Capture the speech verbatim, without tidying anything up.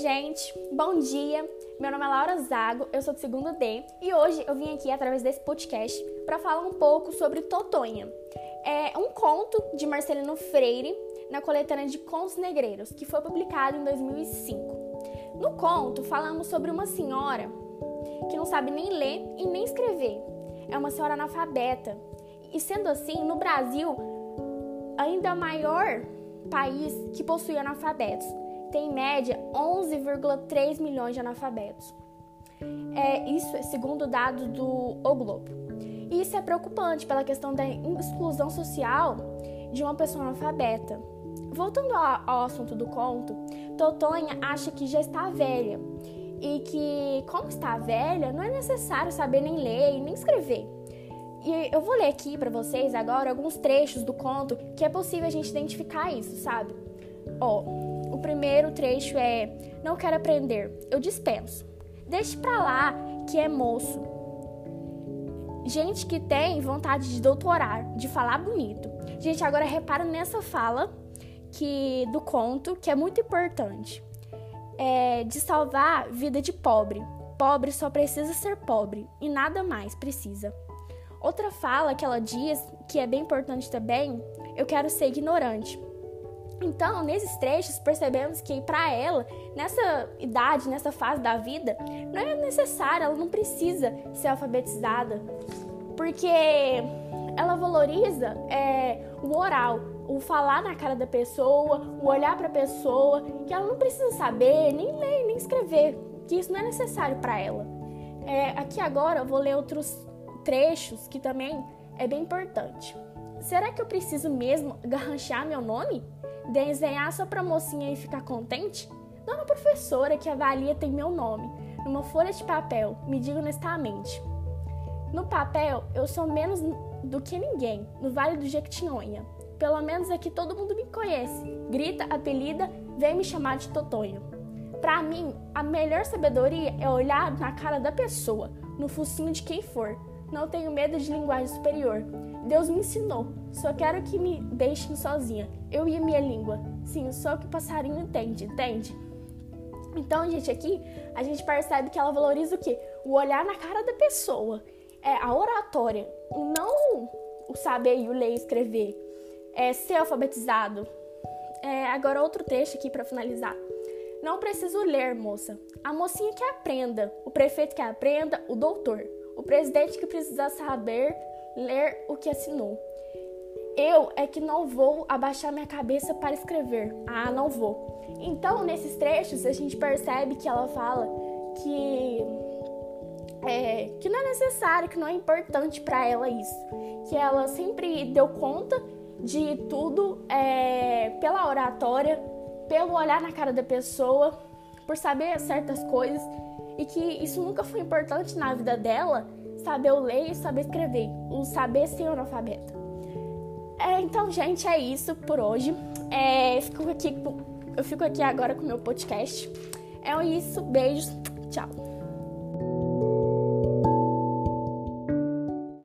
gente! Bom dia! Meu nome é Laura Zago, eu sou do segundo D e hoje eu vim aqui através desse podcast para falar um pouco sobre Totonha. É um conto de Marcelino Freire na coletânea de Contos Negreiros, que foi publicado em dois mil e cinco. No conto, falamos sobre uma senhora que não sabe nem ler e nem escrever. É uma senhora analfabeta. E sendo assim, no Brasil, ainda é o maior país que possui analfabetos. Tem em média onze vírgula três milhões de analfabetos. É, isso é segundo dados do O Globo. E isso é preocupante pela questão da exclusão social de uma pessoa analfabeta. Voltando ao, ao assunto do conto, Totonha acha que já está velha e que, como está velha, não é necessário saber nem ler e nem escrever. E eu vou ler aqui para vocês agora alguns trechos do conto que é possível a gente identificar isso, sabe? Ó, o primeiro trecho é: não quero aprender, eu dispenso. Deixe pra lá que é moço. Gente que tem vontade de doutorar, de falar bonito. Gente, agora repara nessa fala que, do conto, que é muito importante. É de salvar vida de pobre. Pobre só precisa ser pobre e nada mais precisa. Outra fala que ela diz, que é bem importante também: eu quero ser ignorante. Então, nesses trechos, percebemos que para ela, nessa idade, nessa fase da vida, não é necessário, ela não precisa ser alfabetizada, porque ela valoriza é, o oral, o falar na cara da pessoa, o olhar para a pessoa, que ela não precisa saber, nem ler, nem escrever, que isso não é necessário para ela. É, aqui agora eu vou ler outros trechos que também é bem importante. Será que eu preciso mesmo garranchar meu nome? Desenhar só pra mocinha e ficar contente? Dona professora que avalia tem meu nome. Numa folha de papel, me diga honestamente. No papel, eu sou menos do que ninguém, no Vale do Jequitinhonha. Pelo menos aqui todo mundo me conhece. Grita, apelida, vem me chamar de Totonha. Pra mim, a melhor sabedoria é olhar na cara da pessoa, no focinho de quem for. Não tenho medo de linguagem superior. Deus me ensinou. Só quero que me deixem sozinha. Eu e a minha língua. Sim, só que o passarinho entende, entende? Então, gente, aqui a gente percebe que ela valoriza o quê? O olhar na cara da pessoa. É a oratória. Não o saber e o ler e escrever. É ser alfabetizado. É, agora outro trecho aqui para finalizar. Não preciso ler, moça. A mocinha que aprenda. O prefeito que aprenda. O doutor. O presidente que precisa saber ler o que assinou. Eu é que não vou abaixar minha cabeça para escrever. Ah, não vou. Então, nesses trechos, a gente percebe que ela fala que, é, que não é necessário, que não é importante para ela isso. Que ela sempre deu conta de tudo é, pela oratória, pelo olhar na cara da pessoa, por saber certas coisas. E que isso nunca foi importante na vida dela, saber o ler e saber escrever, o saber ser analfabeta. É, então, gente, é isso por hoje. É, fico aqui, eu fico aqui agora com o meu podcast. É isso, beijos, tchau.